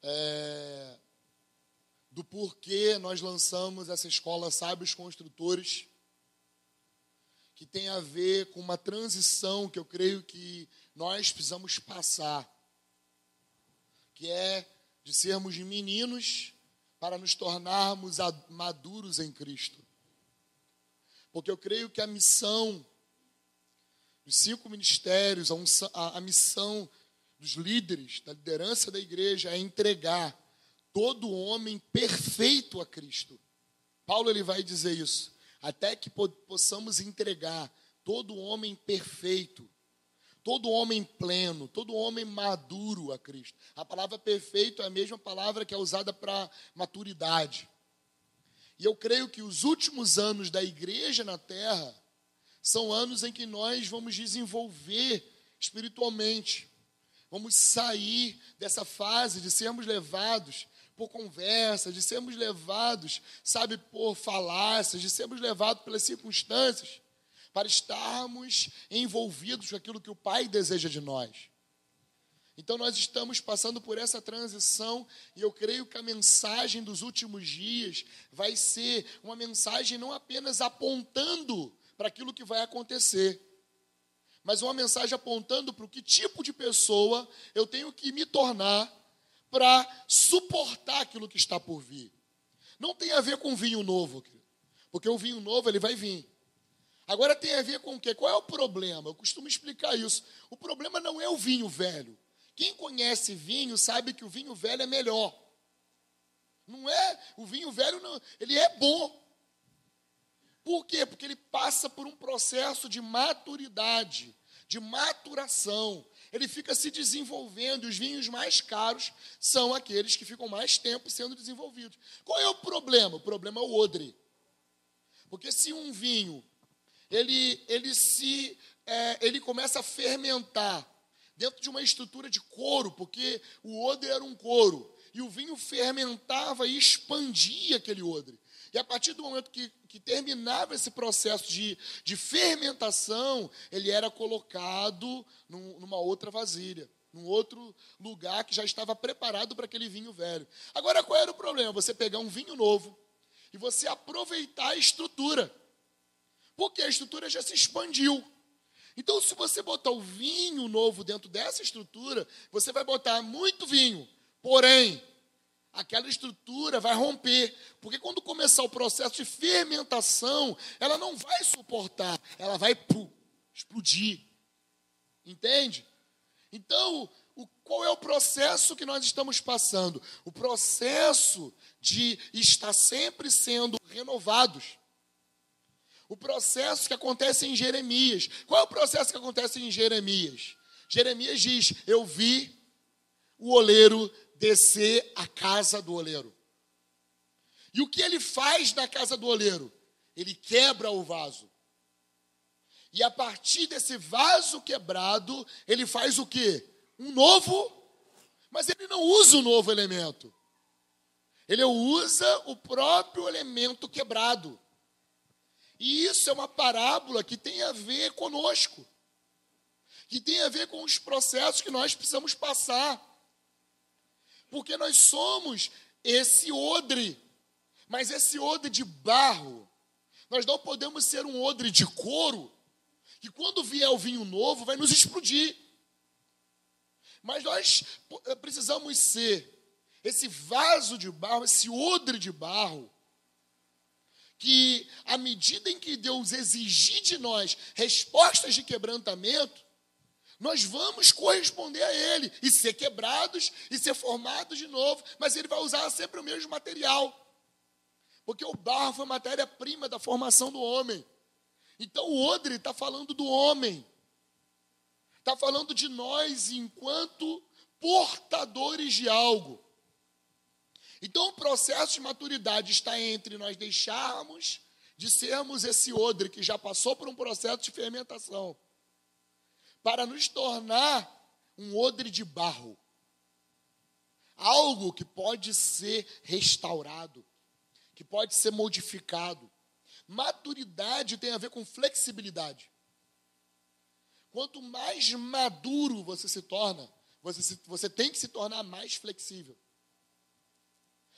do porquê nós lançamos essa escola Sábios Construtores, que tem a ver com uma transição que eu creio que nós precisamos passar, que é de sermos meninos para nos tornarmos maduros em Cristo. Porque eu creio que a missão dos 5 ministérios, a missão dos líderes, da liderança da igreja, é entregar todo homem perfeito a Cristo. Paulo ele vai dizer isso, até que possamos entregar todo homem perfeito, todo homem pleno, todo homem maduro a Cristo. A palavra perfeito é a mesma palavra que é usada para maturidade. E eu creio que os últimos anos da igreja na terra são anos em que nós vamos desenvolver espiritualmente. Vamos sair dessa fase de sermos levados por conversas, de sermos levados, por falácias, de sermos levados pelas circunstâncias, para estarmos envolvidos com aquilo que o Pai deseja de nós. Então nós estamos passando por essa transição e eu creio que a mensagem dos últimos dias vai ser uma mensagem não apenas apontando para aquilo que vai acontecer, mas uma mensagem apontando para o que tipo de pessoa eu tenho que me tornar para suportar aquilo que está por vir. Não tem a ver com vinho novo, porque o vinho novo ele vai vir. Agora tem a ver com o quê? Qual é o problema? Eu costumo explicar isso. O problema não é o vinho velho. Quem conhece vinho sabe que o vinho velho é melhor. Não é? O vinho velho, não, ele é bom. Por quê? Porque ele passa por um processo de maturidade, de maturação. Ele fica se desenvolvendo, e os vinhos mais caros são aqueles que ficam mais tempo sendo desenvolvidos. Qual é o problema? O problema é o odre. Porque se um vinho, ele começa a fermentar dentro de uma estrutura de couro, porque o odre era um couro, e o vinho fermentava e expandia aquele odre. E a partir do momento que terminava esse processo de fermentação, ele era colocado numa outra vasilha, num outro lugar que já estava preparado para aquele vinho velho. Agora, qual era o problema? Você pegar um vinho novo e você aproveitar a estrutura, porque a estrutura já se expandiu. Então, se você botar o vinho novo dentro dessa estrutura, você vai botar muito vinho, porém, aquela estrutura vai romper, porque quando começar o processo de fermentação, ela não vai suportar, ela vai explodir. Entende? Então, qual é o processo que nós estamos passando? O processo de estar sempre sendo renovados. O processo que acontece em Jeremias. Qual é o processo que acontece em Jeremias? Jeremias diz, eu vi o oleiro descer à casa do oleiro. E o que ele faz na casa do oleiro? Ele quebra o vaso. E a partir desse vaso quebrado, ele faz o quê? Um novo, mas ele não usa o novo elemento. Ele usa o próprio elemento quebrado. E isso é uma parábola que tem a ver conosco, que tem a ver com os processos que nós precisamos passar. Porque nós somos esse odre, mas esse odre de barro. Nós não podemos ser um odre de couro, que quando vier o vinho novo vai nos explodir. Mas nós precisamos ser esse vaso de barro, esse odre de barro, que à medida em que Deus exigir de nós respostas de quebrantamento, nós vamos corresponder a Ele e ser quebrados e ser formados de novo, mas Ele vai usar sempre o mesmo material, porque o barro foi matéria-prima da formação do homem. Então o odre está falando do homem, está falando de nós enquanto portadores de algo. Então o processo de maturidade está entre nós deixarmos de sermos esse odre que já passou por um processo de fermentação, para nos tornar um odre de barro. Algo que pode ser restaurado, que pode ser modificado. Maturidade tem a ver com flexibilidade. Quanto mais maduro você se torna, você tem que se tornar mais flexível.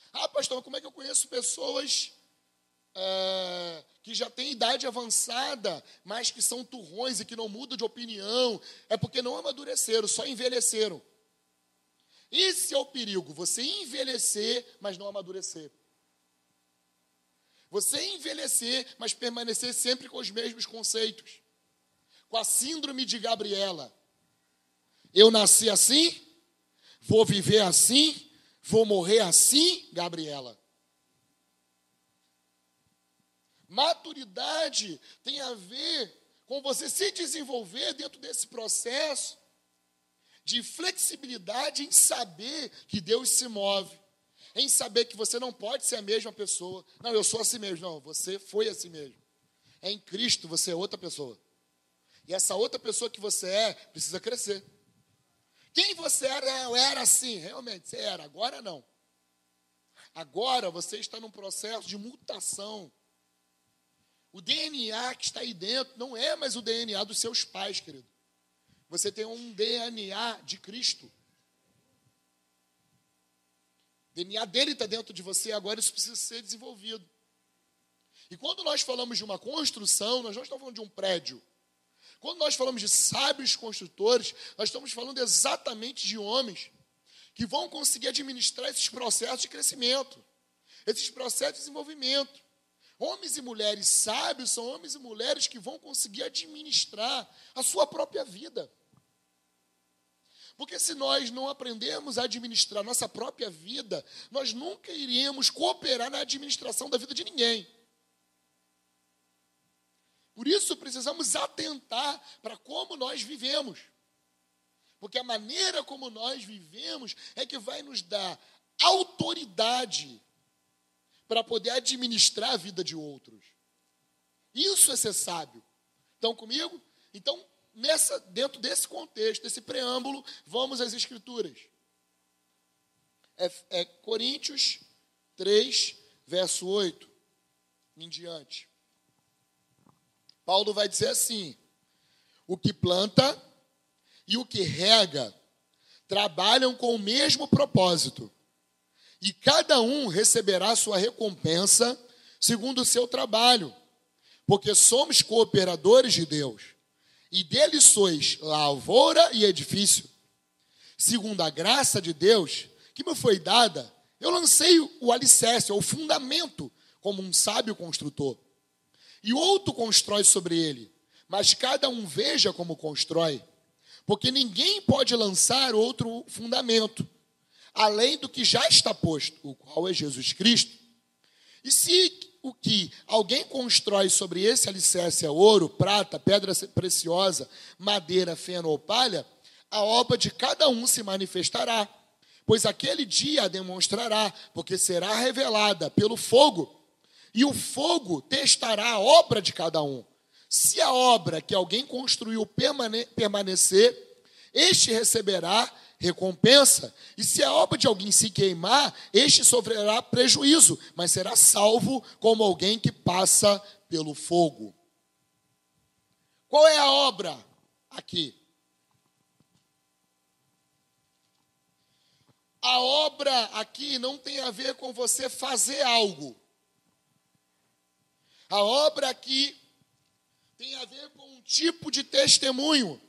Ah, pastor, como é que eu conheço pessoas que já têm idade avançada, mas que são turrões e que não mudam de opinião? É porque não amadureceram, só envelheceram. Esse é o perigo, você envelhecer, mas não amadurecer. Você envelhecer, mas permanecer sempre com os mesmos conceitos. Com a síndrome de Gabriela. Eu nasci assim, vou viver assim, vou morrer assim, Gabriela. Maturidade tem a ver com você se desenvolver dentro desse processo de flexibilidade em saber que Deus se move, em saber que você não pode ser a mesma pessoa. Não, eu sou assim mesmo. Não, você foi assim mesmo. Em Cristo você é outra pessoa. E essa outra pessoa que você é, precisa crescer. Quem você era, eu era assim. Realmente, você era. Agora não. Agora você está num processo de mutação. O DNA que está aí dentro não é mais o DNA dos seus pais, querido. Você tem um DNA de Cristo. O DNA dele está dentro de você, agora isso precisa ser desenvolvido. E quando nós falamos de uma construção, nós não estamos falando de um prédio. Quando nós falamos de sábios construtores, nós estamos falando exatamente de homens que vão conseguir administrar esses processos de crescimento, esses processos de desenvolvimento. Homens e mulheres sábios são homens e mulheres que vão conseguir administrar a sua própria vida. Porque se nós não aprendemos a administrar nossa própria vida, nós nunca iremos cooperar na administração da vida de ninguém. Por isso, precisamos atentar para como nós vivemos. Porque a maneira como nós vivemos é que vai nos dar autoridade para poder administrar a vida de outros. Isso é ser sábio. Estão comigo? Então, dentro desse contexto, desse preâmbulo, vamos às Escrituras. É Coríntios 3, verso 8, em diante. Paulo vai dizer assim: o que planta e o que rega trabalham com o mesmo propósito, e cada um receberá sua recompensa segundo o seu trabalho, porque somos cooperadores de Deus, e dele sois lavoura e edifício. Segundo a graça de Deus que me foi dada, eu lancei o alicerce, o fundamento, como um sábio construtor. E outro constrói sobre ele, mas cada um veja como constrói, porque ninguém pode lançar outro fundamento, além do que já está posto, o qual é Jesus Cristo. E se o que alguém constrói sobre esse alicerce é ouro, prata, pedra preciosa, madeira, feno ou palha, a obra de cada um se manifestará, pois aquele dia a demonstrará, porque será revelada pelo fogo, e o fogo testará a obra de cada um. Se a obra que alguém construiu permanecer, este receberá recompensa, e se a obra de alguém se queimar, este sofrerá prejuízo, mas será salvo como alguém que passa pelo fogo. Qual é a obra aqui? A obra aqui não tem a ver com você fazer algo. A obra aqui tem a ver com um tipo de testemunho.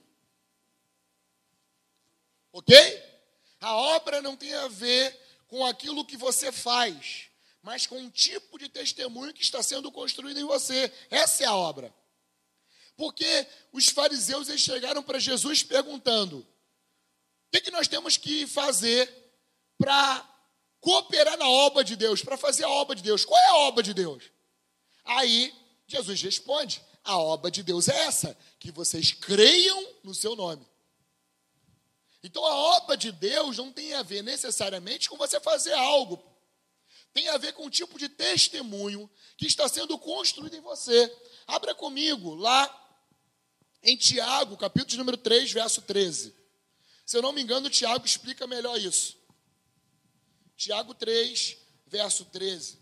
Ok? A obra não tem a ver com aquilo que você faz, mas com um tipo de testemunho que está sendo construído em você. Essa é a obra. Porque os fariseus eles chegaram para Jesus perguntando: o que nós temos que fazer para cooperar na obra de Deus, para fazer a obra de Deus? Qual é a obra de Deus? Aí Jesus responde: a obra de Deus é essa, que vocês creiam no seu nome. Então a obra de Deus não tem a ver necessariamente com você fazer algo. Tem a ver com o tipo de testemunho que está sendo construído em você. Abra comigo lá em Tiago, capítulo número 3, verso 13. Se eu não me engano, Tiago explica melhor isso. Tiago 3, verso 13.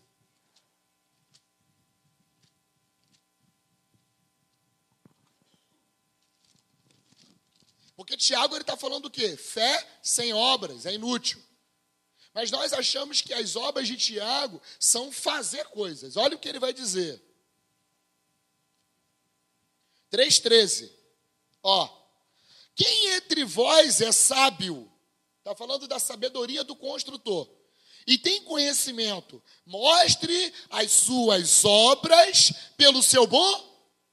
Porque Tiago está falando o quê? Fé sem obras é inútil. Mas nós achamos que as obras de Tiago são fazer coisas. Olha o que ele vai dizer. 3,13. Quem entre vós é sábio? Está falando da sabedoria do construtor. E tem conhecimento. Mostre as suas obras pelo seu bom.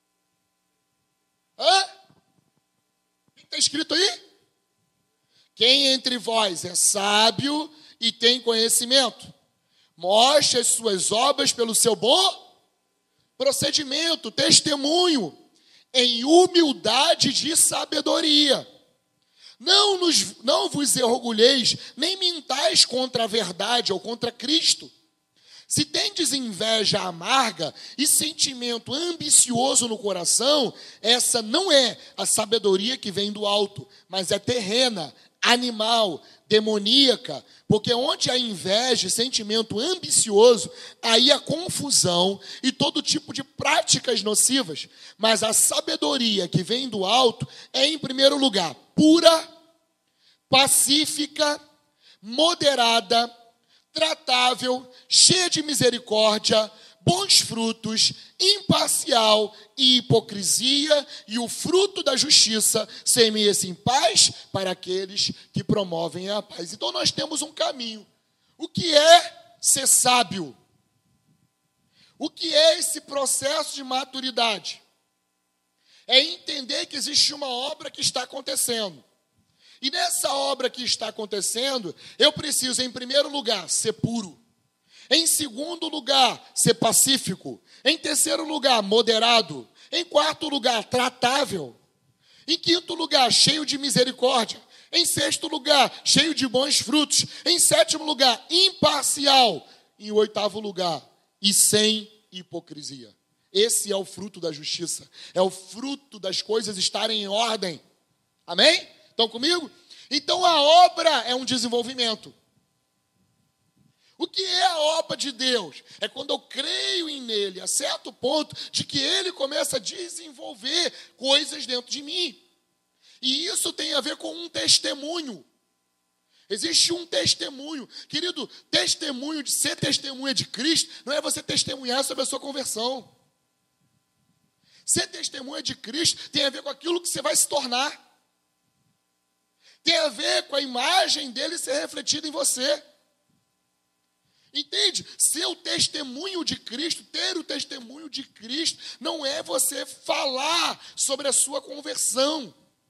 O que está escrito aí? Quem entre vós é sábio e tem conhecimento? Mostre as suas obras pelo seu bom procedimento, testemunho, em humildade de sabedoria. Não vos orgulheis, nem mintais contra a verdade ou contra Cristo. Se tendes inveja amarga e sentimento ambicioso no coração, essa não é a sabedoria que vem do alto, mas é terrena, animal, demoníaca, porque onde há inveja e sentimento ambicioso, aí há confusão e todo tipo de práticas nocivas. Mas a sabedoria que vem do alto é, em primeiro lugar, pura, pacífica, moderada, tratável, cheia de misericórdia, bons frutos, imparcial e hipocrisia, e o fruto da justiça semeia-se em paz para aqueles que promovem a paz. Então nós temos um caminho. O que é ser sábio? O que é esse processo de maturidade? É entender que existe uma obra que está acontecendo. E nessa obra que está acontecendo, eu preciso, em primeiro lugar, ser puro. Em segundo lugar, ser pacífico. Em terceiro lugar, moderado. Em quarto lugar, tratável. Em quinto lugar, cheio de misericórdia. Em sexto lugar, cheio de bons frutos. Em sétimo lugar, imparcial. Em oitavo lugar, e sem hipocrisia. Esse é o fruto da justiça. É o fruto das coisas estarem em ordem. Amém? Estão comigo? Então a obra é um desenvolvimento. O que é a obra de Deus? É quando eu creio nele, a certo ponto de que ele começa a desenvolver coisas dentro de mim. E isso tem a ver com um testemunho. Existe um testemunho. Querido, testemunho de ser testemunha de Cristo não é você testemunhar sobre a sua conversão. Ser testemunha de Cristo tem a ver com aquilo que você vai se tornar. Tem a ver com a imagem dele ser refletida em você. Entende? Ser o testemunho de Cristo, ter o testemunho de Cristo, não é você falar sobre a sua conversão.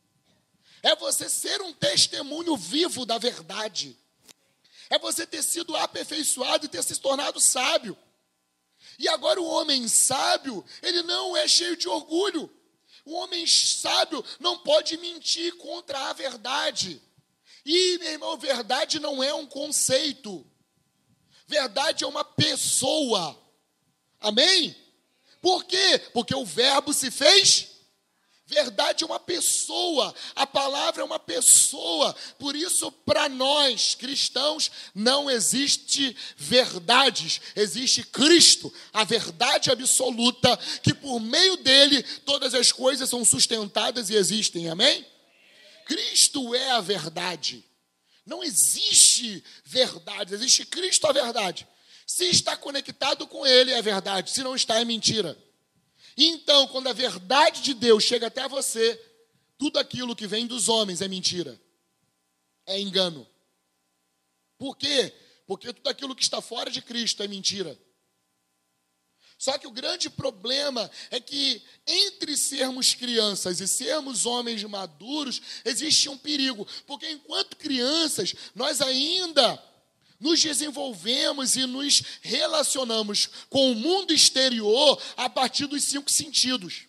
É você ser um testemunho vivo da verdade. É você ter sido aperfeiçoado e ter se tornado sábio. E agora o homem sábio, ele não é cheio de orgulho. O homem sábio não pode mentir contra a verdade. E, meu irmão, verdade não é um conceito. Verdade é uma pessoa. Amém? Por quê? Porque o verbo se fez. Verdade é uma pessoa. A palavra é uma pessoa. Por isso, para nós, cristãos, não existe verdades. Existe Cristo, a verdade absoluta, que por meio dele todas as coisas são sustentadas e existem. Amém? Cristo é a verdade. Não existe verdade, existe Cristo a verdade. Se está conectado com ele, é verdade. Se não está, é mentira. Então, quando a verdade de Deus chega até você, tudo aquilo que vem dos homens é mentira. É engano. Por quê? Porque tudo aquilo que está fora de Cristo é mentira. Só que o grande problema é que entre sermos crianças e sermos homens maduros, existe um perigo. Porque enquanto crianças, nós ainda nos desenvolvemos e nos relacionamos com o mundo exterior a partir dos 5 sentidos.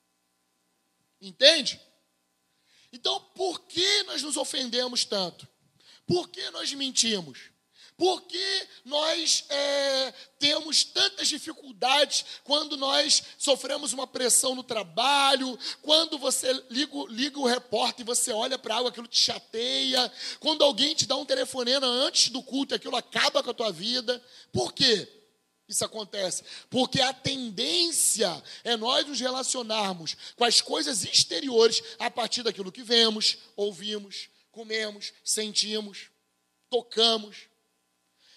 Entende? Então, por que nós nos ofendemos tanto? Por que nós mentimos? Por que nós temos tantas dificuldades quando nós sofremos uma pressão no trabalho, quando você liga o repórter e você olha para algo, aquilo te chateia, quando alguém te dá um telefonema antes do culto, aquilo acaba com a tua vida? Por quê isso acontece? Porque a tendência é nós nos relacionarmos com as coisas exteriores a partir daquilo que vemos, ouvimos, comemos, sentimos, tocamos.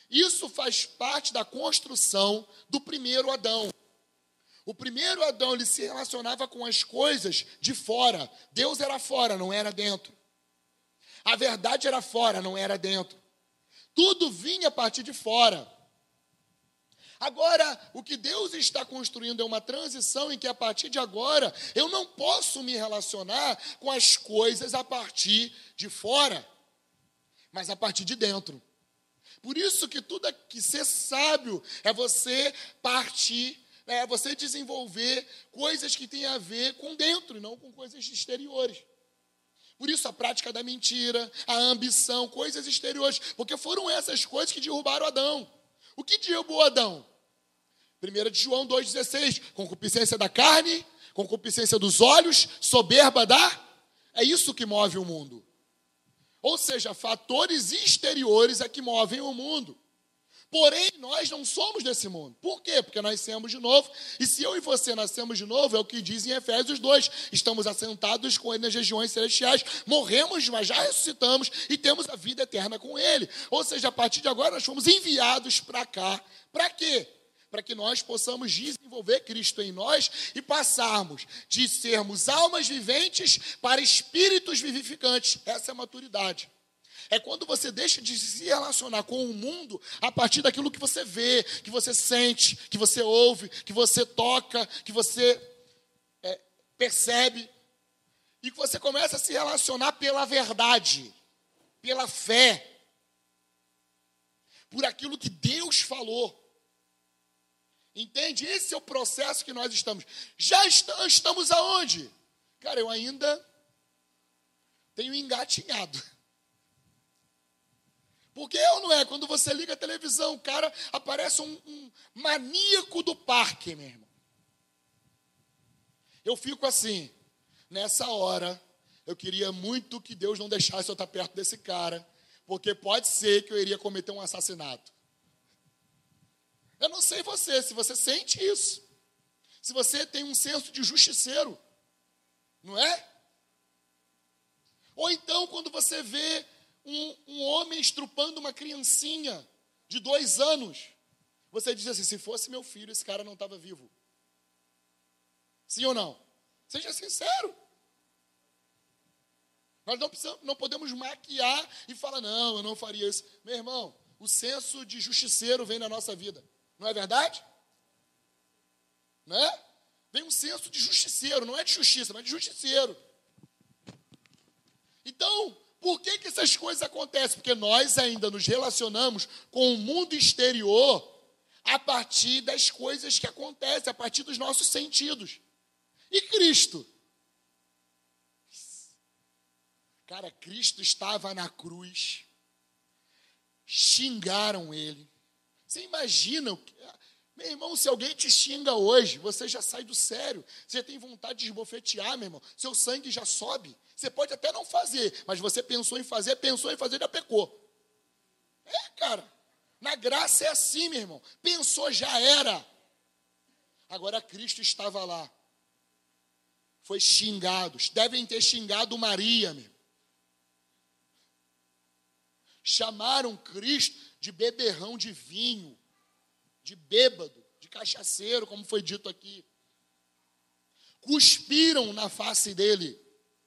Isso faz parte da construção do primeiro Adão. O primeiro Adão, ele se relacionava com as coisas de fora. Deus era fora, não era dentro. A verdade era fora, não era dentro. Tudo vinha a partir de fora. Agora, o que Deus está construindo é uma transição em que, a partir de agora, eu não posso me relacionar com as coisas a partir de fora, mas a partir de dentro. Por isso que tudo que ser sábio é você partir, é você desenvolver coisas que têm a ver com dentro e não com coisas exteriores. Por isso a prática da mentira, a ambição, coisas exteriores, porque foram essas coisas que derrubaram Adão. O que derrubou Adão? 1 de João 2,16, concupiscência da carne, concupiscência dos olhos, soberba da... É isso que move o mundo. Ou seja, fatores exteriores é que movem o mundo. Porém, nós não somos desse mundo. Por quê? Porque nós nascemos de novo. E se eu e você nascemos de novo, é o que diz em Efésios 2. Estamos assentados com ele nas regiões celestiais. Morremos, mas já ressuscitamos e temos a vida eterna com ele. Ou seja, a partir de agora nós fomos enviados para cá. Para quê? Para que nós possamos desenvolver Cristo em nós e passarmos de sermos almas viventes para espíritos vivificantes. Essa é a maturidade. É quando você deixa de se relacionar com o mundo a partir daquilo que você vê, que você sente, que você ouve, que você toca, que você percebe. E que você começa a se relacionar pela verdade, pela fé, por aquilo que Deus falou. Entende? Esse é o processo que nós estamos. Já estamos aonde? Cara, eu ainda tenho engatinhado. Porque ou não é? Quando você liga a televisão, cara, aparece um maníaco do parque, meu irmão. Eu fico assim, nessa hora, eu queria muito que Deus não deixasse eu estar perto desse cara, porque pode ser que eu iria cometer um assassinato. Eu não sei você, se você sente isso. Se você tem um senso de justiceiro, não é? Ou então, quando você vê um homem estrupando uma criancinha de 2 anos, você diz assim, se fosse meu filho, esse cara não estava vivo. Sim ou não? Seja sincero. Nós não podemos maquiar e falar, não, eu não faria isso. Meu irmão, o senso de justiceiro vem na nossa vida. Não é verdade? Não é? Vem um senso de justiceiro, não é de justiça, mas de justiceiro. Então, por que essas coisas acontecem? Porque nós ainda nos relacionamos com o mundo exterior a partir das coisas que acontecem, a partir dos nossos sentidos. E Cristo? Cara, Cristo estava na cruz, xingaram ele. Você imagina, meu irmão, se alguém te xinga hoje, você já sai do sério, você tem vontade de esbofetear, meu irmão, seu sangue já sobe. Você pode até não fazer, mas você pensou em fazer, já pecou. Cara, na graça é assim, meu irmão, pensou, já era. Agora Cristo estava lá, foi xingado, devem ter xingado Maria, meu irmão. Chamaram Cristo de beberrão de vinho, de bêbado, de cachaceiro, como foi dito aqui. Cuspiram na face dele.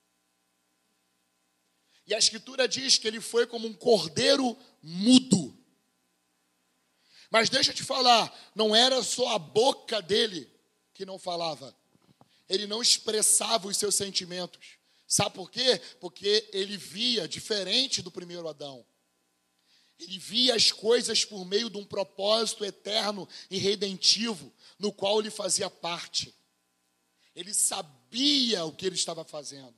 E a Escritura diz que ele foi como um cordeiro mudo. Mas deixa eu te falar, não era só a boca dele que não falava. Ele não expressava os seus sentimentos. Sabe por quê? Porque ele via diferente do primeiro Adão. Ele via as coisas por meio de um propósito eterno e redentivo, no qual ele fazia parte. Ele sabia o que ele estava fazendo.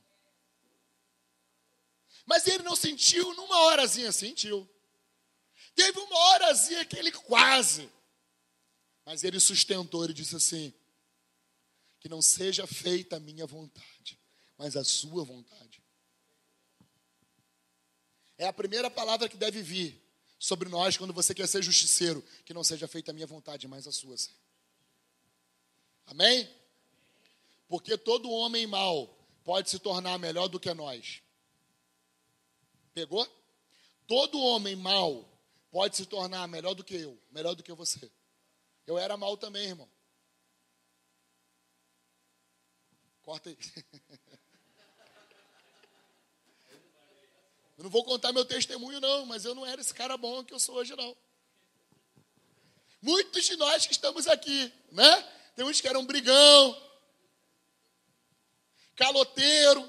Mas ele não sentiu numa horazinha, sentiu. Teve uma horazinha que ele quase. Mas ele sustentou, ele disse assim, que não seja feita a minha vontade, mas a sua vontade. É a primeira palavra que deve vir sobre nós quando você quer ser justiceiro, que não seja feita a minha vontade, mas a sua. Amém? Porque todo homem mau pode se tornar melhor do que nós. Pegou? Todo homem mau pode se tornar melhor do que eu, melhor do que você. Eu era mal também, irmão. Corta aí. Eu não vou contar meu testemunho, não, mas eu não era esse cara bom que eu sou hoje, não. Muitos de nós que estamos aqui, né? Tem uns que eram brigão, caloteiro.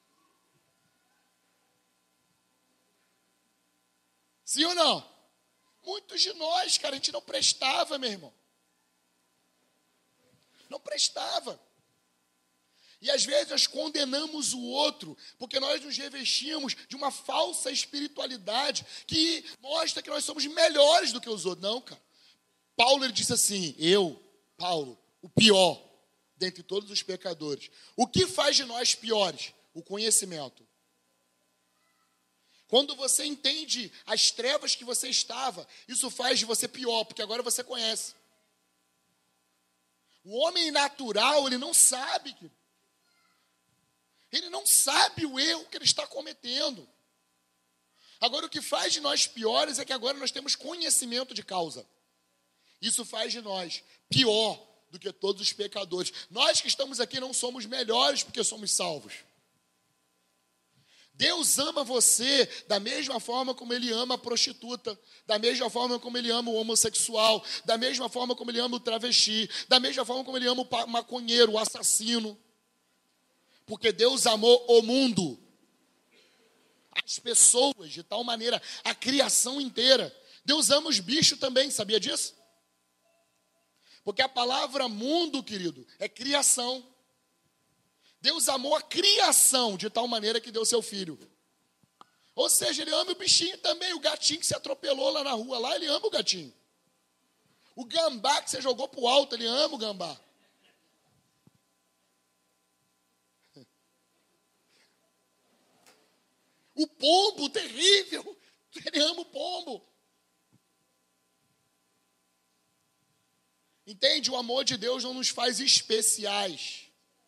Sim ou não? Muitos de nós, cara, a gente não prestava, meu irmão. Não prestava. E às vezes nós condenamos o outro, porque nós nos revestimos de uma falsa espiritualidade que mostra que nós somos melhores do que os outros. Não, cara. Paulo, ele disse assim, Paulo, o pior dentre todos os pecadores. O que faz de nós piores? O conhecimento. Quando você entende as trevas que você estava, isso faz de você pior, porque agora você conhece. O homem natural, ele não sabe, ele não sabe o erro que ele está cometendo. Agora, o que faz de nós piores é que agora nós temos conhecimento de causa. Isso faz de nós pior do que todos os pecadores. Nós que estamos aqui não somos melhores porque somos salvos. Deus ama você da mesma forma como Ele ama a prostituta, da mesma forma como Ele ama o homossexual, da mesma forma como Ele ama o travesti, da mesma forma como Ele ama o maconheiro, o assassino. Porque Deus amou o mundo, as pessoas, de tal maneira, a criação inteira. Deus ama os bichos também, sabia disso? Porque a palavra mundo, querido, é criação. Deus amou a criação de tal maneira que deu seu filho. Ou seja, ele ama o bichinho também, o gatinho que se atropelou lá na rua, lá ele ama o gatinho. O gambá que você jogou pro alto, ele ama o gambá. O pombo terrível, ele ama o pombo. Entende? O amor de Deus não nos faz especiais.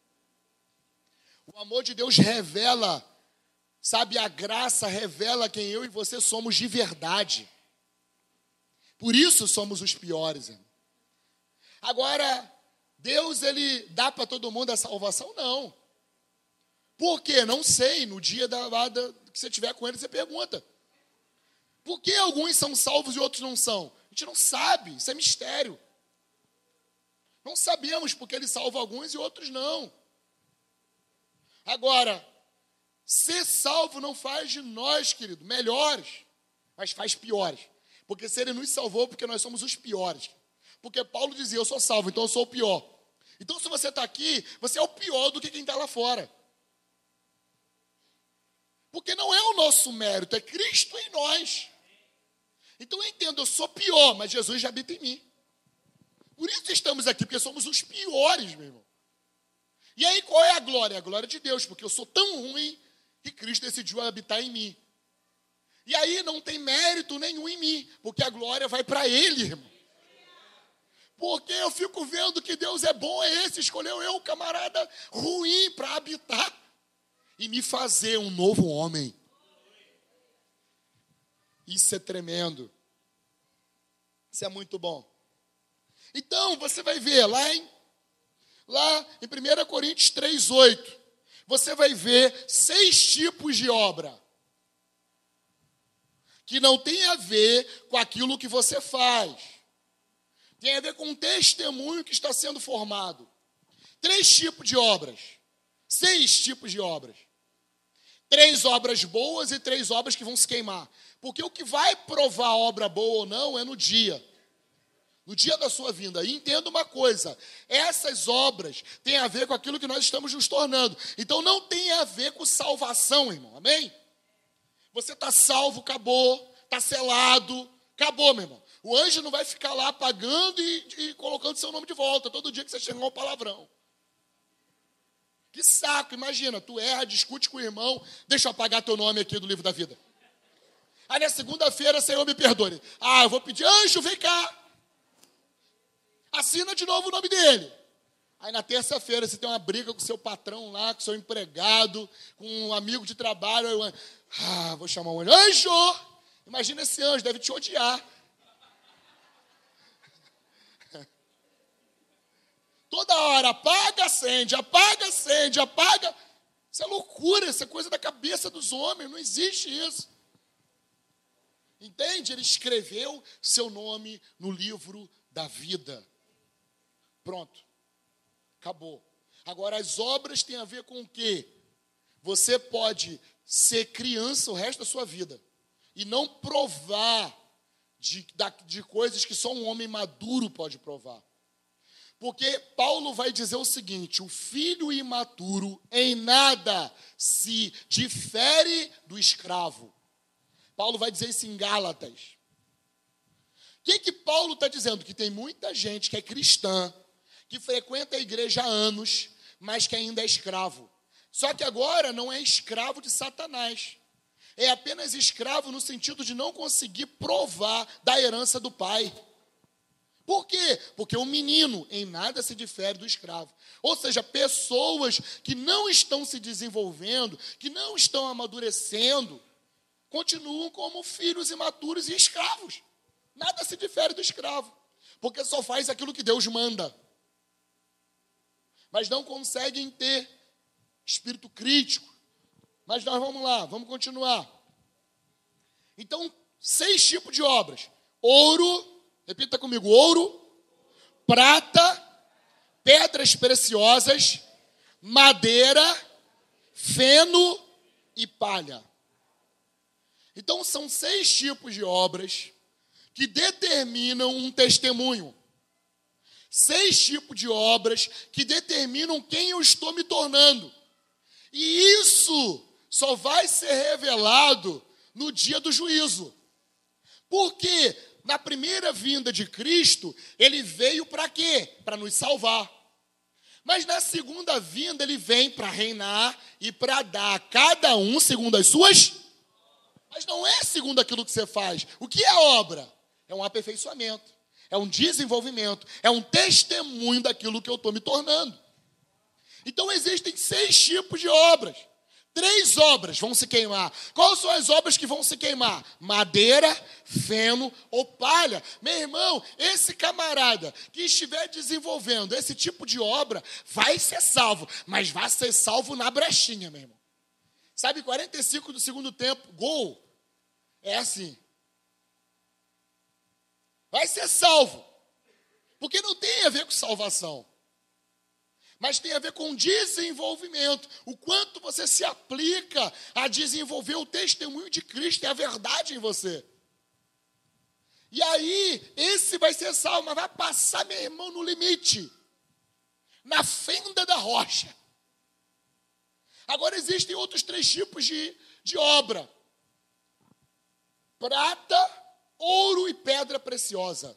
O amor de Deus revela, sabe, a graça revela quem eu e você somos de verdade. Por isso somos os piores, irmão. Agora, Deus, ele dá para todo mundo a salvação? Não. Por quê? Não sei. No dia que você estiver com ele, você pergunta. Por que alguns são salvos e outros não são? A gente não sabe, isso é mistério. Não sabemos porque ele salva alguns e outros não. Agora, ser salvo não faz de nós, querido, melhores, mas faz piores. Porque se ele nos salvou, porque nós somos os piores. Porque Paulo dizia, eu sou salvo, então eu sou o pior. Então, se você está aqui, você é o pior do que quem está lá fora. Porque não é o nosso mérito, é Cristo em nós. Então, eu entendo, eu sou pior, mas Jesus já habita em mim. Por isso estamos aqui, porque somos os piores, meu irmão. E aí, qual é a glória? A glória de Deus, porque eu sou tão ruim que Cristo decidiu habitar em mim. E aí não tem mérito nenhum em mim, porque a glória vai para Ele, irmão. Porque eu fico vendo que Deus é bom, é esse, escolheu eu, camarada ruim, para habitar e me fazer um novo homem. Isso é tremendo. Isso é muito bom. Então, você vai ver lá em 1 Coríntios 3:8, você vai ver 6 tipos de obra que não tem a ver com aquilo que você faz. Tem a ver com um testemunho que está sendo formado. 3 tipos de obras. 6 tipos de obras. 3 obras boas e 3 obras que vão se queimar. Porque o que vai provar a obra boa ou não é no dia. No dia da sua vinda. E entenda uma coisa, essas obras têm a ver com aquilo que nós estamos nos tornando. Então não tem a ver com salvação, irmão. Amém? Você está salvo, acabou. Está selado, acabou, meu irmão. O anjo não vai ficar lá apagando e colocando seu nome de volta todo dia que você chegar ao palavrão. Que saco, imagina, tu erra, discute com o irmão, deixa eu apagar teu nome aqui do livro da vida. Aí na segunda-feira, Senhor, me perdoe. Eu vou pedir, anjo, vem cá. Assina de novo o nome dele. Aí na terça-feira você tem uma briga com o seu patrão lá, com o seu empregado, com um amigo de trabalho. Vou chamar um anjo. Anjo, Imagina esse anjo, deve te odiar. Toda hora, apaga, acende, apaga, acende, apaga. Isso é loucura, isso é coisa da cabeça dos homens, não existe isso. Entende? Ele escreveu seu nome no livro da vida. Pronto. Acabou. Agora, as obras têm a ver com o quê? Você pode ser criança o resto da sua vida e não provar de coisas que só um homem maduro pode provar. Porque Paulo vai dizer o seguinte: o filho imaturo em nada se difere do escravo. Paulo vai dizer isso em Gálatas. O que Paulo está dizendo? Que tem muita gente que é cristã, que frequenta a igreja há anos, mas que ainda é escravo. Só que agora não é escravo de Satanás. É apenas escravo no sentido de não conseguir provar da herança do pai. Por quê? Porque o menino em nada se difere do escravo. Ou seja, pessoas que não estão se desenvolvendo, que não estão amadurecendo, continuam como filhos imaturos e escravos. Nada se difere do escravo, porque só faz aquilo que Deus manda. Mas não conseguem ter espírito crítico. Mas nós vamos lá, vamos continuar. Então, 6 tipos de obras. Ouro, repita comigo, ouro, prata, pedras preciosas, madeira, feno e palha. Então, são 6 tipos de obras que determinam um testemunho. 6 tipos de obras que determinam quem eu estou me tornando. E isso só vai ser revelado no dia do juízo. Porque na primeira vinda de Cristo, ele veio para quê? Para nos salvar. Mas na segunda vinda, ele vem para reinar e para dar a cada um segundo as suas. Mas não é segundo aquilo que você faz. O que é obra? É um aperfeiçoamento, é um desenvolvimento, é um testemunho daquilo que eu estou me tornando. Então existem 6 tipos de obras. 3 obras vão se queimar. Quais são as obras que vão se queimar? Madeira, feno ou palha. Meu irmão, esse camarada que estiver desenvolvendo esse tipo de obra vai ser salvo, mas vai ser salvo na brechinha, meu irmão. Sabe, 45 do segundo tempo, gol, é assim. Vai ser salvo, porque não tem a ver com salvação, mas tem a ver com desenvolvimento, o quanto você se aplica a desenvolver o testemunho de Cristo e a verdade em você. E aí, esse vai ser salvo, mas vai passar, meu irmão, no limite, na fenda da rocha. Agora, existem outros 3 tipos de obra: prata, ouro e pedra preciosa.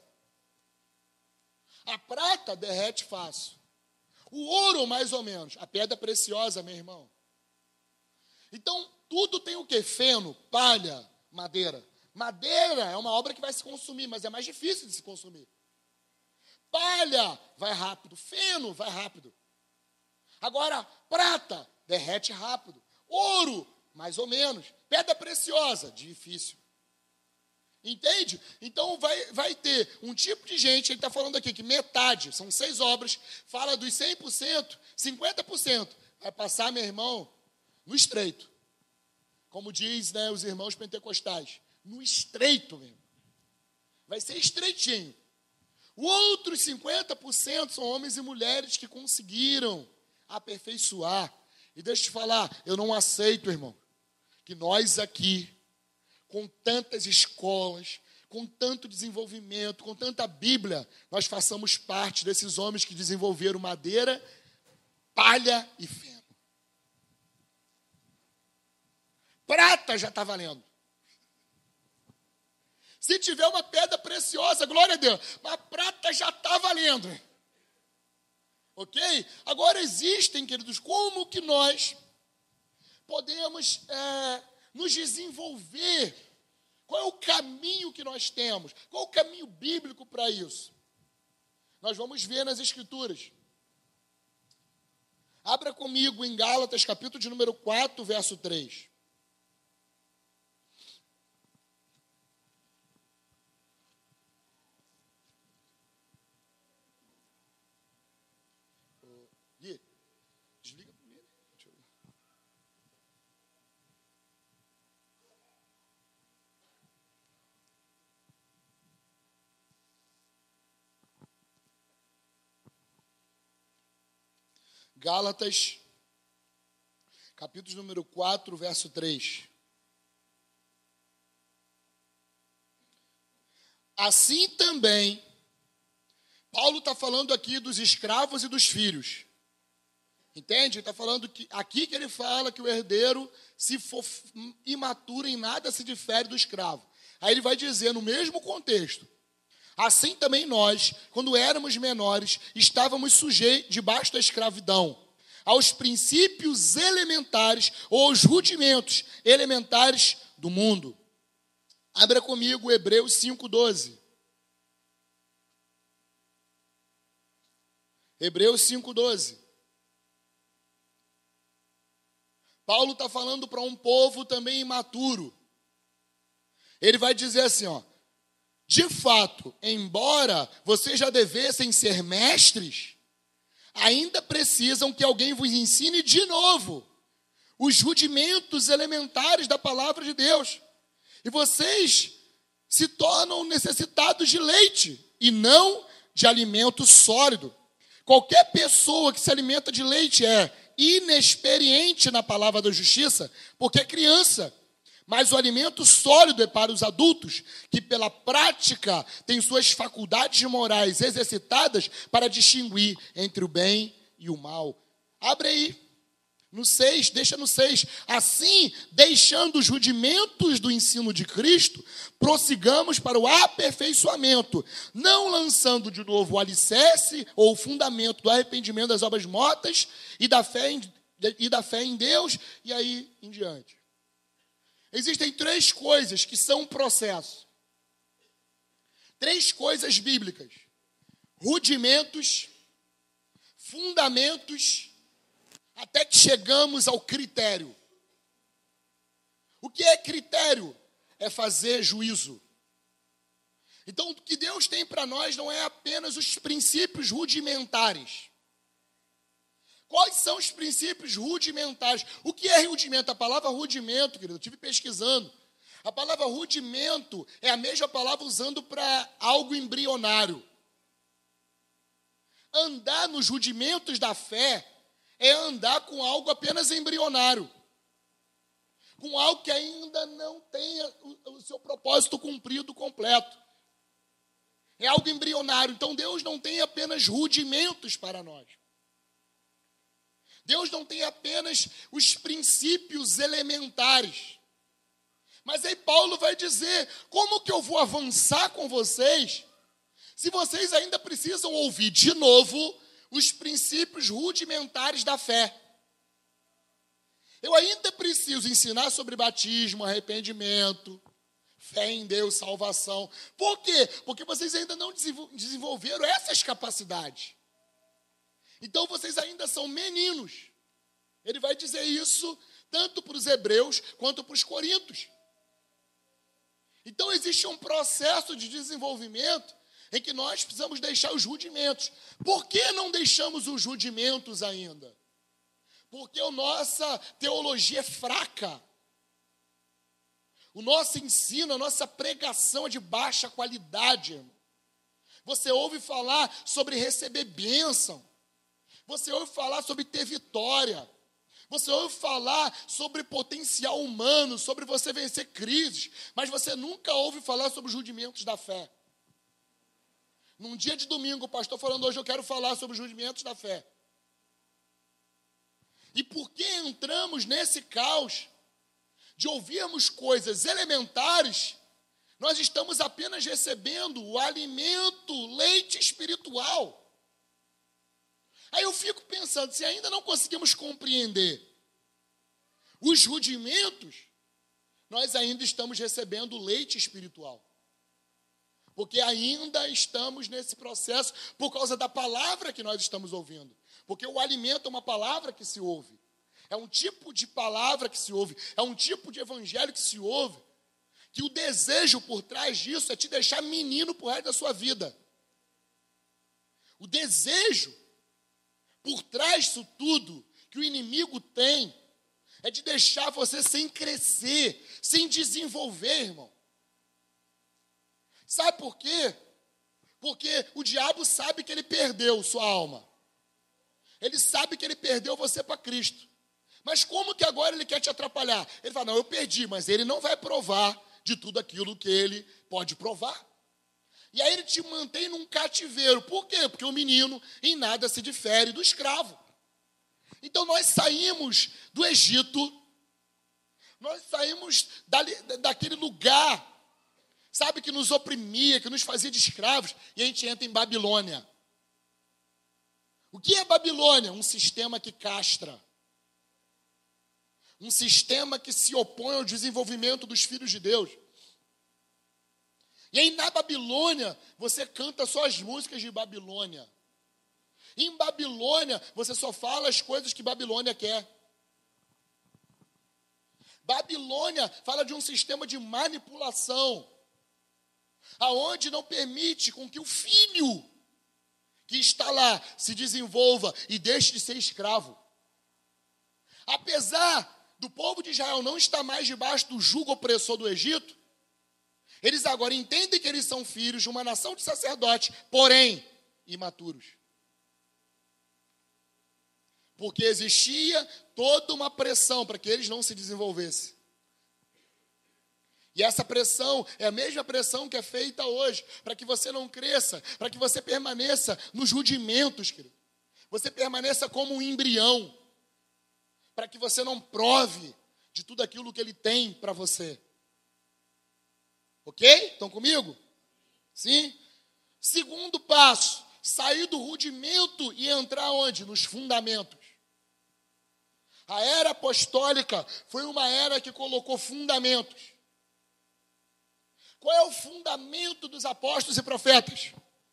A prata derrete fácil. O ouro, mais ou menos. A pedra preciosa, meu irmão. Então, tudo tem o quê? Feno, palha, madeira. Madeira é uma obra que vai se consumir, mas é mais difícil de se consumir. Palha vai rápido. Feno vai rápido. Agora, prata derrete rápido. Ouro, mais ou menos. Pedra preciosa, difícil. Entende? Então vai ter um tipo de gente, ele está falando aqui que metade, são 6 obras, fala dos 100%, 50% vai passar, meu irmão, no estreito. Como diz, né, os irmãos pentecostais, no estreito mesmo. Vai ser estreitinho. Os outros 50% são homens e mulheres que conseguiram aperfeiçoar. E deixa eu te falar, eu não aceito, irmão, que nós aqui, com tantas escolas, com tanto desenvolvimento, com tanta Bíblia, nós façamos parte desses homens que desenvolveram madeira, palha e feno. Prata já está valendo. Se tiver uma pedra preciosa, glória a Deus, mas prata já está valendo. Ok? Agora existem, queridos, como que nós podemos nos desenvolver? Qual é o caminho que nós temos? Qual é o caminho bíblico para isso? Nós vamos ver nas Escrituras. Abra comigo em Gálatas, capítulo de número 4, verso 3. Gálatas, capítulo número 4, verso 3. Assim também, Paulo está falando aqui dos escravos e dos filhos. Entende? Ele está falando que aqui que ele fala que o herdeiro, se for imaturo em nada, se difere do escravo. Aí ele vai dizer, no mesmo contexto, assim também nós, quando éramos menores, estávamos sujeitos debaixo da escravidão, aos princípios elementares ou aos rudimentos elementares do mundo. Abra comigo Hebreus 5,12. Hebreus 5,12. Paulo está falando para um povo também imaturo. Ele vai dizer assim, ó, de fato, embora vocês já devessem ser mestres, ainda precisam que alguém vos ensine de novo os rudimentos elementares da palavra de Deus. E vocês se tornam necessitados de leite e não de alimento sólido. Qualquer pessoa que se alimenta de leite é inexperiente na palavra da justiça, porque é criança. Mas o alimento sólido é para os adultos, que pela prática têm suas faculdades morais exercitadas para distinguir entre o bem e o mal. Abre aí, no 6, deixa no 6. Assim, deixando os rudimentos do ensino de Cristo, prossigamos para o aperfeiçoamento, não lançando de novo o alicerce ou o fundamento do arrependimento das obras mortas e da fé em Deus, e aí em diante. Existem 3 coisas que são um processo. 3 coisas bíblicas: rudimentos, fundamentos, até que chegamos ao critério. O que é critério? É fazer juízo. Então, o que Deus tem para nós não é apenas os princípios rudimentares. Quais são os princípios rudimentares? O que é rudimento? A palavra rudimento, querido, eu estive pesquisando. A palavra rudimento é a mesma palavra usando para algo embrionário. Andar nos rudimentos da fé é andar com algo apenas embrionário. Com algo que ainda não tenha o seu propósito cumprido completo. É algo embrionário. Então Deus não tem apenas rudimentos para nós. Deus não tem apenas os princípios elementares. Mas aí Paulo vai dizer, como que eu vou avançar com vocês, se vocês ainda precisam ouvir de novo os princípios rudimentares da fé? Eu ainda preciso ensinar sobre batismo, arrependimento, fé em Deus, salvação. Por quê? Porque vocês ainda não desenvolveram essas capacidades. Então vocês ainda são meninos. Ele vai dizer isso tanto para os hebreus quanto para os coríntios. Então existe um processo de desenvolvimento em que nós precisamos deixar os rudimentos. Por que não deixamos os rudimentos ainda? Porque a nossa teologia é fraca. O nosso ensino, a nossa pregação é de baixa qualidade, irmão. Você ouve falar sobre receber bênção. Você ouve falar sobre ter vitória. Você ouve falar sobre potencial humano, sobre você vencer crises. Mas você nunca ouve falar sobre os rudimentos da fé. Num dia de domingo, o pastor falando, hoje eu quero falar sobre os rudimentos da fé. E por que entramos nesse caos de ouvirmos coisas elementares, nós estamos apenas recebendo o alimento, leite espiritual. Aí eu fico pensando, se ainda não conseguimos compreender os rudimentos, nós ainda estamos recebendo leite espiritual. Porque ainda estamos nesse processo por causa da palavra que nós estamos ouvindo. Porque o alimento é uma palavra que se ouve. É um tipo de palavra que se ouve. É um tipo de evangelho que se ouve. Que o desejo por trás disso é te deixar menino pro resto da sua vida. O desejo por trás disso tudo que o inimigo tem é de deixar você sem crescer, sem desenvolver, irmão. Sabe por quê? Porque o diabo sabe que ele perdeu sua alma. Ele sabe que ele perdeu você para Cristo. Mas como que agora ele quer te atrapalhar? Ele fala, não, eu perdi, mas ele não vai provar de tudo aquilo que ele pode provar. E aí ele te mantém num cativeiro. Por quê? Porque o menino em nada se difere do escravo. Então nós saímos do Egito, nós saímos daquele lugar, sabe, que nos oprimia, que nos fazia de escravos, e a gente entra em Babilônia. O que é Babilônia? Um sistema que castra. Um sistema que se opõe ao desenvolvimento dos filhos de Deus. E aí na Babilônia, você canta só as músicas de Babilônia. Em Babilônia, você só fala as coisas que Babilônia quer. Babilônia fala de um sistema de manipulação, aonde não permite com que o filho que está lá se desenvolva e deixe de ser escravo. Apesar do povo de Israel não estar mais debaixo do jugo opressor do Egito, eles agora entendem que eles são filhos de uma nação de sacerdotes, porém imaturos. Porque existia toda uma pressão para que eles não se desenvolvessem. E essa pressão é a mesma pressão que é feita hoje, para que você não cresça, para que você permaneça nos rudimentos, querido. Você permaneça como um embrião, para que você não prove de tudo aquilo que ele tem para você. Ok? Estão comigo? Sim? Segundo passo, sair do rudimento e entrar onde? Nos fundamentos. A era apostólica foi uma era que colocou fundamentos. Qual é o fundamento dos apóstolos e profetas?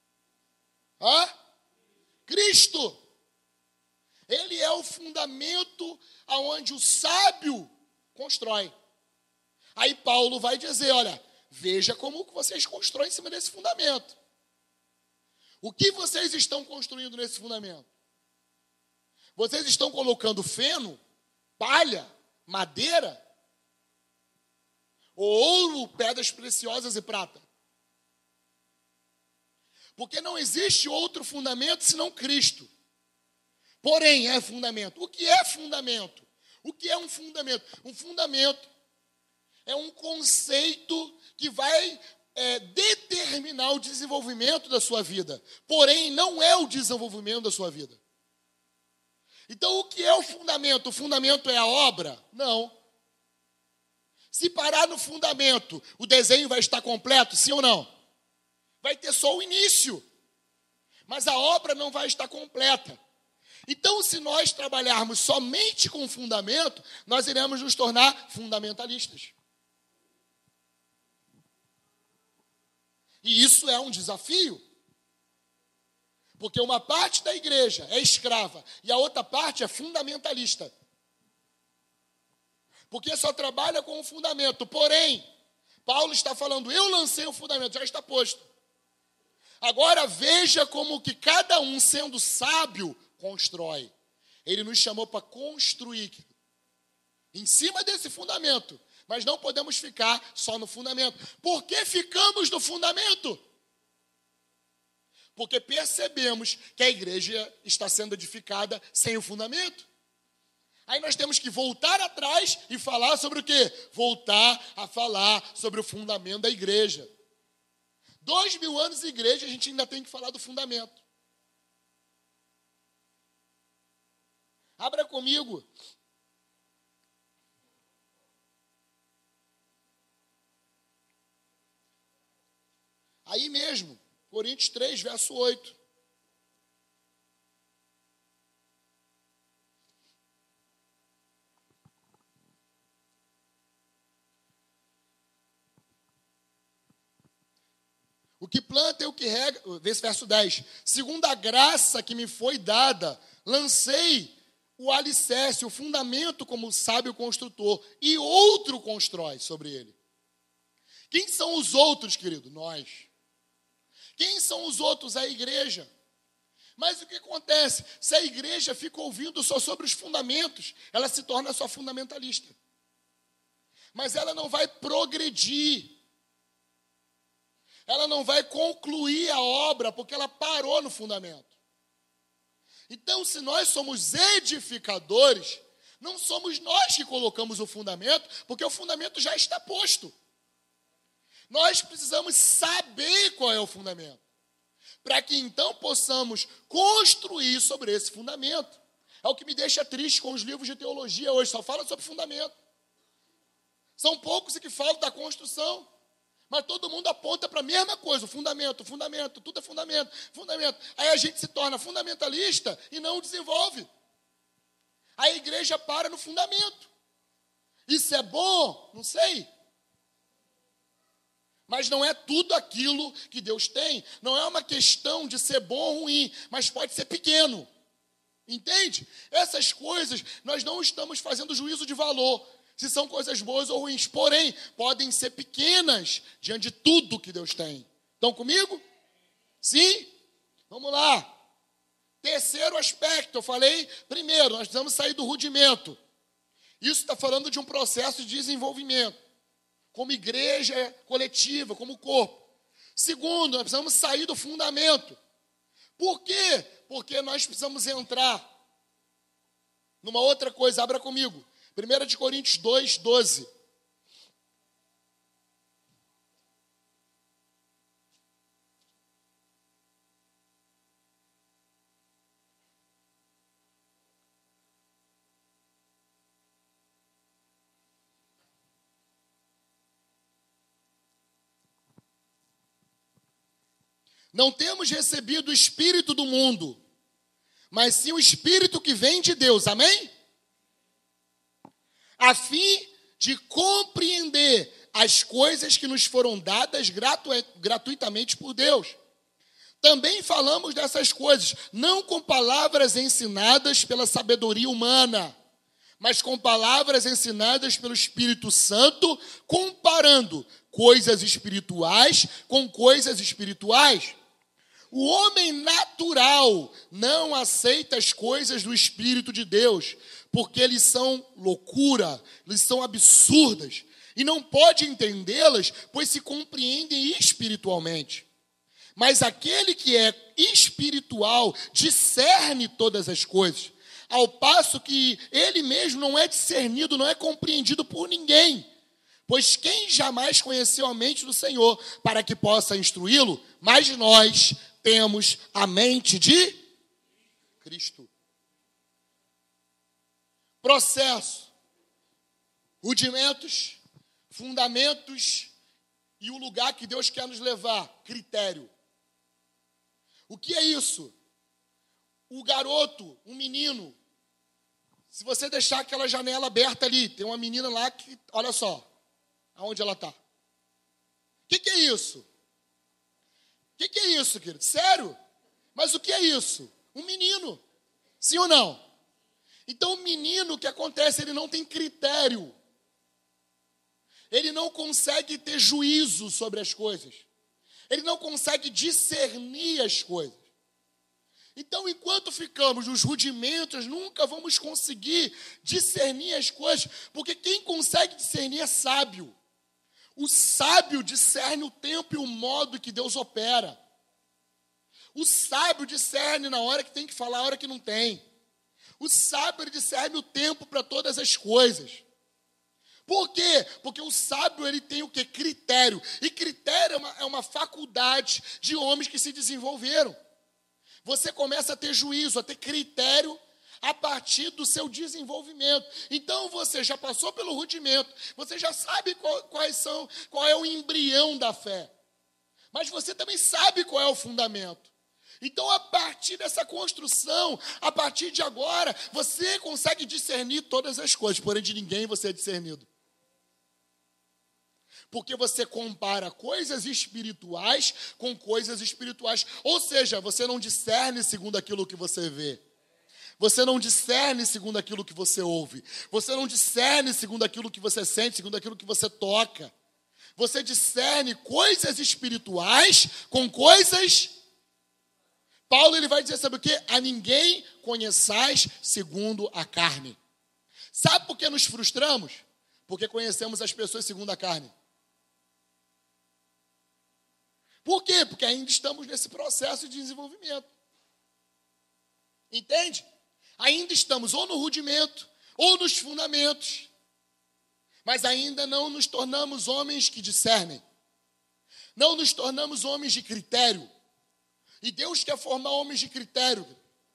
Cristo. Ele é o fundamento aonde o sábio constrói. Aí Paulo vai dizer, olha, veja como vocês constroem em cima desse fundamento. O que vocês estão construindo nesse fundamento? Vocês estão colocando feno, palha, madeira, ouro, pedras preciosas e prata? Porque não existe outro fundamento senão Cristo. Porém, é fundamento. O que é fundamento? O que é um fundamento? Um fundamento é um conceito que vai determinar o desenvolvimento da sua vida. Porém, não é o desenvolvimento da sua vida. Então, o que é o fundamento? O fundamento é a obra? Não. Se parar no fundamento, o desenho vai estar completo, sim ou não? Vai ter só o início, mas a obra não vai estar completa. Então, se nós trabalharmos somente com o fundamento, nós iremos nos tornar fundamentalistas. E isso é um desafio. Porque uma parte da igreja é escrava e a outra parte é fundamentalista. Porque só trabalha com o fundamento. Porém, Paulo está falando, eu lancei o fundamento, já está posto. Agora veja como que cada um, sendo sábio, constrói. Ele nos chamou para construir em cima desse fundamento. Mas não podemos ficar só no fundamento. Por que ficamos no fundamento? Porque percebemos que a igreja está sendo edificada sem o fundamento. Aí nós temos que voltar atrás e falar sobre o quê? Voltar a falar sobre o fundamento da igreja. 2000 anos de igreja, a gente ainda tem que falar do fundamento. Abra comigo. Aí mesmo, Coríntios 3, verso 8. O que planta e o que rega, verso 10. Segundo a graça que me foi dada, lancei o alicerce, o fundamento como sábio construtor, e outro constrói sobre ele. Quem são os outros, querido? Nós. Quem são os outros? A igreja. Mas o que acontece? Se a igreja fica ouvindo só sobre os fundamentos, ela se torna só fundamentalista. Mas ela não vai progredir. Ela não vai concluir a obra, porque ela parou no fundamento. Então, se nós somos edificadores, não somos nós que colocamos o fundamento, porque o fundamento já está posto. Nós precisamos saber qual é o fundamento, para que então possamos construir sobre esse fundamento. É o que me deixa triste com os livros de teologia hoje, só fala sobre fundamento. São poucos que falam da construção, mas todo mundo aponta para a mesma coisa, o fundamento, tudo é fundamento. Aí a gente se torna fundamentalista e não desenvolve. A igreja para no fundamento. Isso é bom? Não sei. Mas não é tudo aquilo que Deus tem. Não é uma questão de ser bom ou ruim, mas pode ser pequeno. Entende? Essas coisas, nós não estamos fazendo juízo de valor, se são coisas boas ou ruins. Porém, podem ser pequenas diante de tudo que Deus tem. Estão comigo? Sim? Vamos lá. Terceiro aspecto, eu falei, primeiro, nós precisamos sair do rudimento. Isso está falando de um processo de desenvolvimento, como igreja coletiva, como corpo. Segundo, nós precisamos sair do fundamento. Por quê? Porque nós precisamos entrar numa outra coisa. Abra comigo. 1 Coríntios 2, 12. Não temos recebido o Espírito do mundo, mas sim o Espírito que vem de Deus. Amém? A fim de compreender as coisas que nos foram dadas gratuitamente por Deus. Também falamos dessas coisas, não com palavras ensinadas pela sabedoria humana, mas com palavras ensinadas pelo Espírito Santo, comparando coisas espirituais com coisas espirituais. O homem natural não aceita as coisas do Espírito de Deus, porque eles são loucura, eles são absurdas, e não pode entendê-las, pois se compreendem espiritualmente. Mas aquele que é espiritual discerne todas as coisas, ao passo que ele mesmo não é discernido, não é compreendido por ninguém. Pois quem jamais conheceu a mente do Senhor para que possa instruí-lo? Mas nós temos a mente de Cristo. Processo, rudimentos, fundamentos e o lugar que Deus quer nos levar, critério. O que é isso? O garoto, um menino, se você deixar aquela janela aberta ali, tem uma menina lá que, olha só, aonde ela está. O que é isso? O que é isso, querido? Sério? Mas o que é isso? Um menino. Sim ou não? Então, o menino, o que acontece? Ele não tem critério. Ele não consegue ter juízo sobre as coisas. Ele não consegue discernir as coisas. Então, enquanto ficamos nos rudimentos, nunca vamos conseguir discernir as coisas, porque quem consegue discernir é sábio. O sábio discerne o tempo e o modo que Deus opera. O sábio discerne na hora que tem que falar, na hora que não tem. O sábio discerne o tempo para todas as coisas. Por quê? Porque o sábio ele tem o quê? Critério. E critério é uma faculdade de homens que se desenvolveram. Você começa a ter juízo, a ter critério a partir do seu desenvolvimento. Então você já passou pelo rudimento, você já sabe qual é o embrião da fé. Mas você também sabe qual é o fundamento. Então, a partir dessa construção, a partir de agora, você consegue discernir todas as coisas, porém de ninguém você é discernido. Porque você compara coisas espirituais com coisas espirituais. Ou seja, você não discerne segundo aquilo que você vê. Você não discerne segundo aquilo que você ouve. Você não discerne segundo aquilo que você sente, segundo aquilo que você toca. Você discerne coisas espirituais com coisas... Paulo ele vai dizer, sabe o quê? A ninguém conheçais segundo a carne. Sabe por que nos frustramos? Porque conhecemos as pessoas segundo a carne. Por quê? Porque ainda estamos nesse processo de desenvolvimento. Entende? Ainda estamos ou no rudimento, ou nos fundamentos. Mas ainda não nos tornamos homens que discernem. Não nos tornamos homens de critério. E Deus quer formar homens de critério.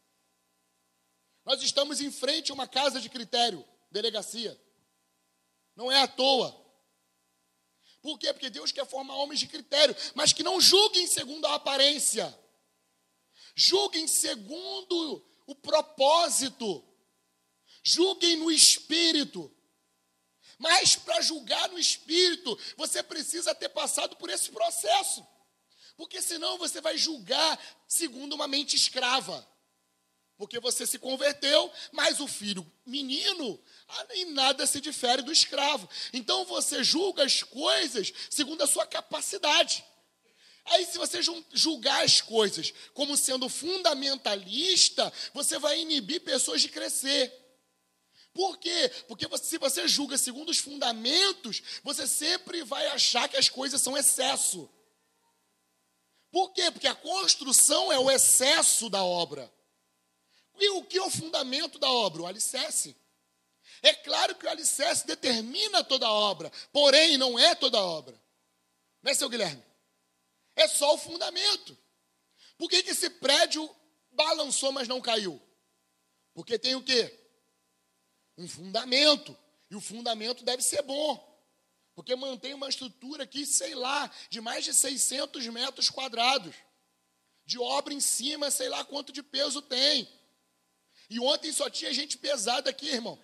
Nós estamos em frente a uma casa de critério, delegacia. Não é à toa. Por quê? Porque Deus quer formar homens de critério, mas que não julguem segundo a aparência. Julguem segundo o propósito. Julguem no espírito. Mas para julgar no espírito, você precisa ter passado por esse processo. Porque senão você vai julgar segundo uma mente escrava. Porque você se converteu, mas o filho menino em nada se difere do escravo. Então você julga as coisas segundo a sua capacidade. Aí se você julgar as coisas como sendo fundamentalista, você vai inibir pessoas de crescer. Por quê? Porque se você julga segundo os fundamentos, você sempre vai achar que as coisas são excesso. Por quê? Porque a construção é o excesso da obra. E o que é o fundamento da obra? O alicerce. É claro que o alicerce determina toda a obra, porém não é toda a obra. Não é, seu Guilherme? É só o fundamento. Por que esse prédio balançou, mas não caiu? Porque tem o quê? Um fundamento. E o fundamento deve ser bom. Porque mantém uma estrutura aqui, sei lá, de mais de 600 metros quadrados. De obra em cima, sei lá quanto de peso tem. E ontem só tinha gente pesada aqui, irmão.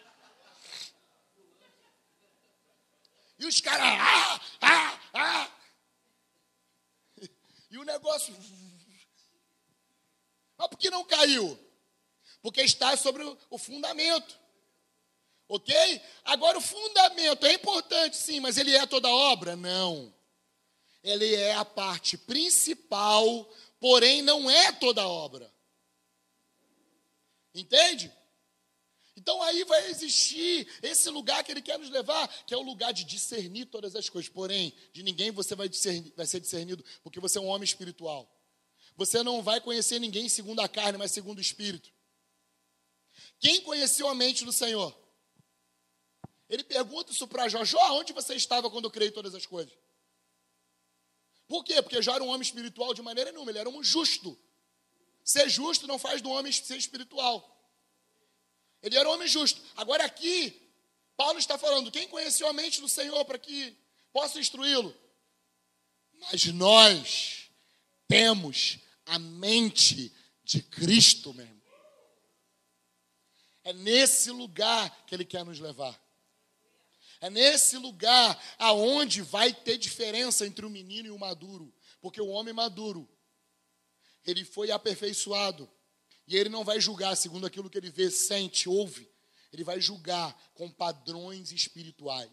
E os caras, E o negócio... Mas por que não caiu? Porque está sobre o fundamento. Ok? Agora o fundamento é importante, sim, mas ele é toda a obra? Não. Ele é a parte principal, porém não é toda a obra. Entende? Então aí vai existir esse lugar que ele quer nos levar, que é o lugar de discernir todas as coisas. Porém, de ninguém você vai ser discernido, porque você é um homem espiritual. Você não vai conhecer ninguém segundo a carne, mas segundo o Espírito. Quem conheceu a mente do Senhor? Ele pergunta isso para Jó: Jó, onde você estava quando eu criei todas as coisas? Por quê? Porque Jó era um homem espiritual de maneira nenhuma, ele era um justo. Ser justo não faz do homem ser espiritual. Ele era um homem justo. Agora aqui, Paulo está falando, quem conheceu a mente do Senhor para que possa instruí-lo? Mas nós temos a mente de Cristo, meu irmão. É nesse lugar que ele quer nos levar. É nesse lugar aonde vai ter diferença entre o menino e o maduro. Porque o homem maduro, ele foi aperfeiçoado. E ele não vai julgar segundo aquilo que ele vê, sente, ouve. Ele vai julgar com padrões espirituais.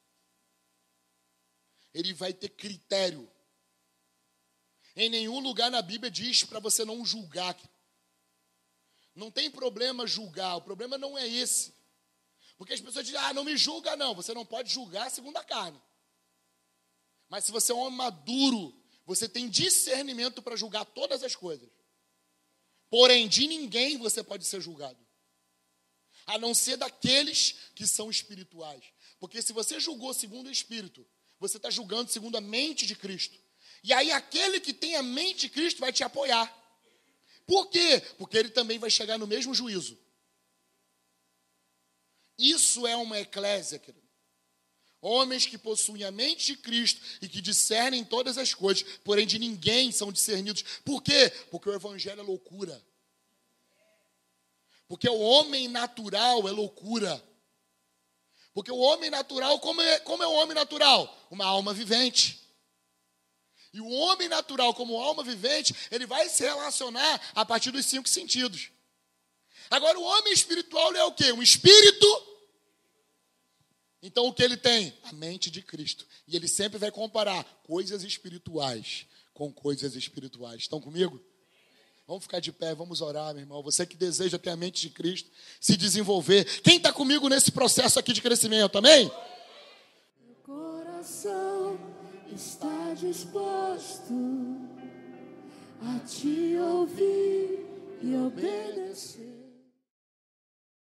Ele vai ter critério. Em nenhum lugar na Bíblia diz para você não julgar. Não tem problema julgar, o problema não é esse. Porque as pessoas dizem, não me julga não. Você não pode julgar segundo a carne. Mas se você é um homem maduro, você tem discernimento para julgar todas as coisas. Porém, de ninguém você pode ser julgado. A não ser daqueles que são espirituais. Porque se você julgou segundo o Espírito, você está julgando segundo a mente de Cristo. E aí aquele que tem a mente de Cristo vai te apoiar. Por quê? Porque ele também vai chegar no mesmo juízo. Isso é uma eclésia, querido. Homens que possuem a mente de Cristo e que discernem todas as coisas, porém de ninguém são discernidos. Por quê? Porque o evangelho é loucura. Porque o homem natural é loucura. Porque o homem natural, como é o homem natural? Uma alma vivente. E o homem natural, como alma vivente, ele vai se relacionar a partir dos 5 sentidos. Agora, o homem espiritual é o quê? Um espírito. Então, o que ele tem? A mente de Cristo. E ele sempre vai comparar coisas espirituais com coisas espirituais. Estão comigo? Vamos ficar de pé, vamos orar, meu irmão. Você que deseja ter a mente de Cristo, se desenvolver. Quem está comigo nesse processo aqui de crescimento, amém? Meu coração está disposto a te ouvir e obedecer.